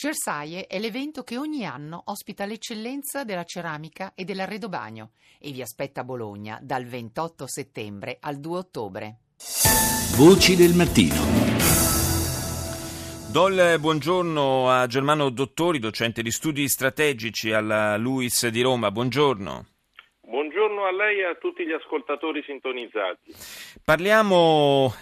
Cersaie è l'evento che ogni anno ospita l'eccellenza della ceramica e dell'arredobagno e vi aspetta a Bologna dal 28 settembre al 2 ottobre. Voci del mattino. Do il buongiorno a Germano Dottori, docente di studi strategici alla LUISS di Roma. Buongiorno. Buongiorno a lei e a tutti gli ascoltatori sintonizzati. Parliamo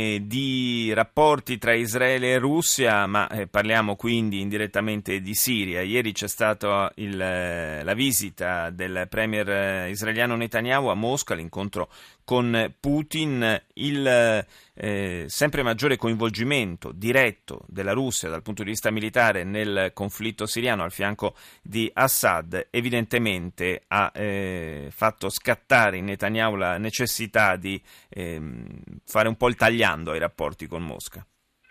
di rapporti tra Israele e Russia, ma parliamo quindi indirettamente di Siria. Ieri c'è stata la visita del premier israeliano Netanyahu a Mosca, l'incontro con Putin, il sempre maggiore coinvolgimento diretto della Russia dal punto di vista militare nel conflitto siriano al fianco di Assad evidentemente ha fatto scattare in Netanyahu la necessità di fare un po' il tagliando ai rapporti con Mosca.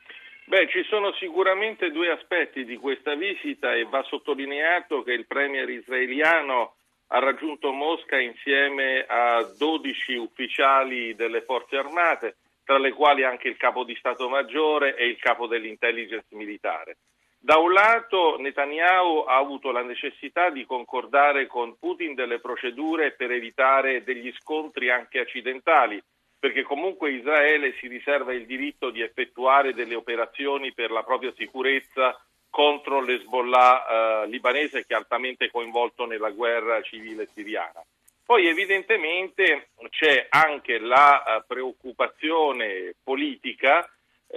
Ci sono sicuramente due aspetti di questa visita e va sottolineato che il premier israeliano ha raggiunto Mosca insieme a 12 ufficiali delle forze armate, tra le quali anche il capo di Stato Maggiore e il capo dell'intelligence militare. Da un lato Netanyahu ha avuto la necessità di concordare con Putin delle procedure per evitare degli scontri anche accidentali, perché comunque Israele si riserva il diritto di effettuare delle operazioni per la propria sicurezza contro l'Hezbollah libanese, che è altamente coinvolto nella guerra civile siriana. Poi evidentemente c'è anche la preoccupazione politica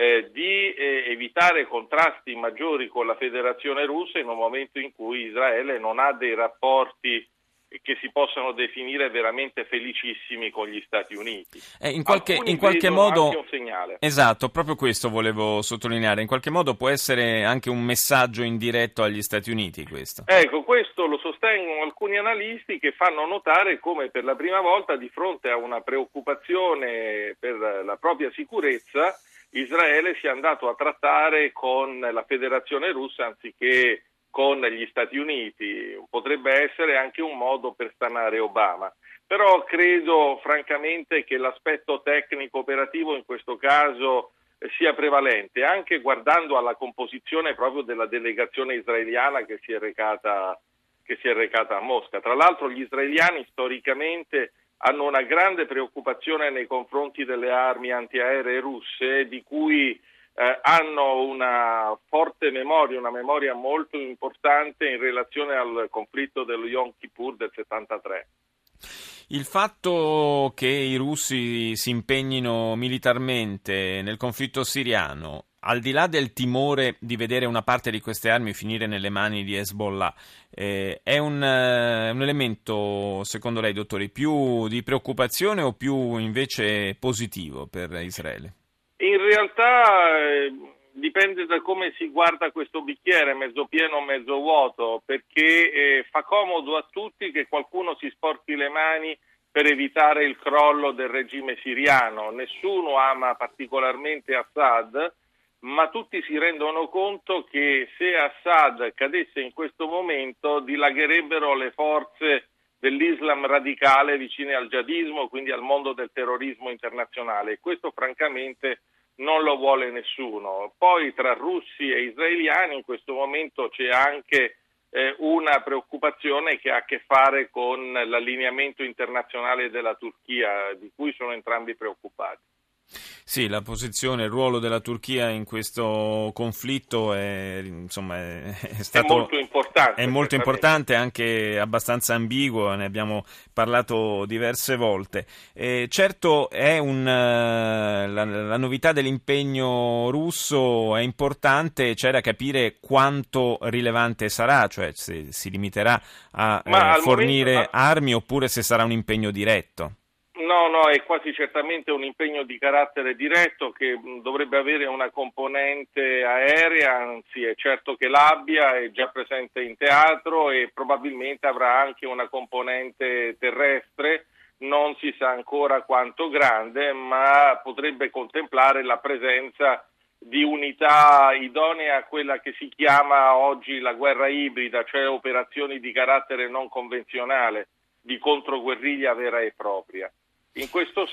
di evitare contrasti maggiori con la Federazione Russa in un momento in cui Israele non ha dei rapporti che si possano definire veramente felicissimi con gli Stati Uniti. In qualche modo anche un segnale. Esatto, proprio questo volevo sottolineare. In qualche modo può essere anche un messaggio indiretto agli Stati Uniti questo. Ecco, questo lo sostengono alcuni analisti che fanno notare come per la prima volta di fronte a una preoccupazione per la propria sicurezza Israele sia andato a trattare con la Federazione Russa anziché con gli Stati Uniti. Potrebbe essere anche un modo per stanare Obama. Però credo francamente che l'aspetto tecnico operativo in questo caso sia prevalente, anche guardando alla composizione proprio della delegazione israeliana che si è recata a Mosca. Tra l'altro gli israeliani storicamente hanno una grande preoccupazione nei confronti delle armi antiaeree russe, di cui hanno una forte memoria, una memoria molto importante in relazione al conflitto dello Yom Kippur del 73. Il fatto che i russi si impegnino militarmente nel conflitto siriano, al di là del timore di vedere una parte di queste armi finire nelle mani di Hezbollah, è un elemento, secondo lei, dottore, più di preoccupazione o più invece positivo per Israele? In realtà dipende da come si guarda questo bicchiere, mezzo pieno o mezzo vuoto, perché fa comodo a tutti che qualcuno si sporchi le mani per evitare il crollo del regime siriano. Nessuno ama particolarmente Assad, ma tutti si rendono conto che se Assad cadesse in questo momento dilagherebbero le forze dell'Islam radicale vicine al jihadismo, quindi al mondo del terrorismo internazionale, e questo francamente non lo vuole nessuno. Poi tra russi e israeliani in questo momento c'è anche una preoccupazione che ha a che fare con l'allineamento internazionale della Turchia, di cui sono entrambi preoccupati. Sì, la posizione, il ruolo della Turchia in questo conflitto è molto importante. È molto importante, anche abbastanza ambiguo, ne abbiamo parlato diverse volte. Certo è la novità dell'impegno russo è importante, c'è da capire quanto rilevante sarà, cioè se si limiterà a fornire armi oppure se sarà un impegno diretto. No, è quasi certamente un impegno di carattere diretto che dovrebbe avere una componente aerea, anzi è certo che l'abbia, è già presente in teatro e probabilmente avrà anche una componente terrestre, non si sa ancora quanto grande, ma potrebbe contemplare la presenza di unità idonea a quella che si chiama oggi la guerra ibrida, cioè operazioni di carattere non convenzionale, di controguerriglia vera e propria. In questo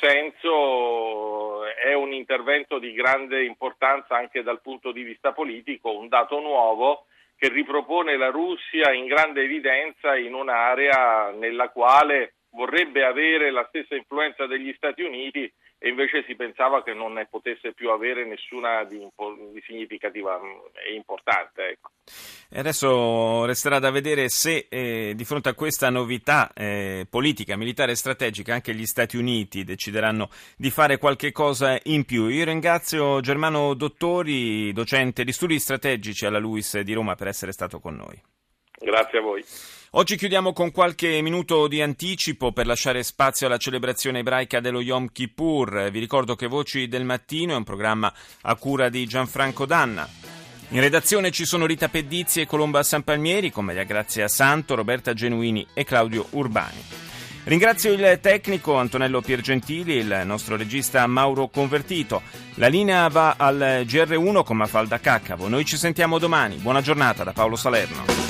senso è un intervento di grande importanza anche dal punto di vista politico, un dato nuovo che ripropone la Russia in grande evidenza in un'area nella quale vorrebbe avere la stessa influenza degli Stati Uniti e invece si pensava che non ne potesse più avere nessuna di significativa e importante. Ecco. E adesso resterà da vedere se di fronte a questa novità politica, militare e strategica anche gli Stati Uniti decideranno di fare qualche cosa in più. Io ringrazio Germano Dottori, docente di studi strategici alla LUISS di Roma, per essere stato con noi. Grazie a voi. Oggi chiudiamo con qualche minuto di anticipo per lasciare spazio alla celebrazione ebraica dello Yom Kippur. Vi ricordo che Voci del Mattino è un programma a cura di Gianfranco Danna. In redazione ci sono Rita Pedizzi e Colomba Sanpalmieri, con Maria Grazia Santo, Roberta Genuini e Claudio Urbani. Ringrazio il tecnico Antonello Piergentili e il nostro regista Mauro Convertito. La linea va al GR1 con Mafalda Caccavo. Noi ci sentiamo domani. Buona giornata da Paolo Salerno.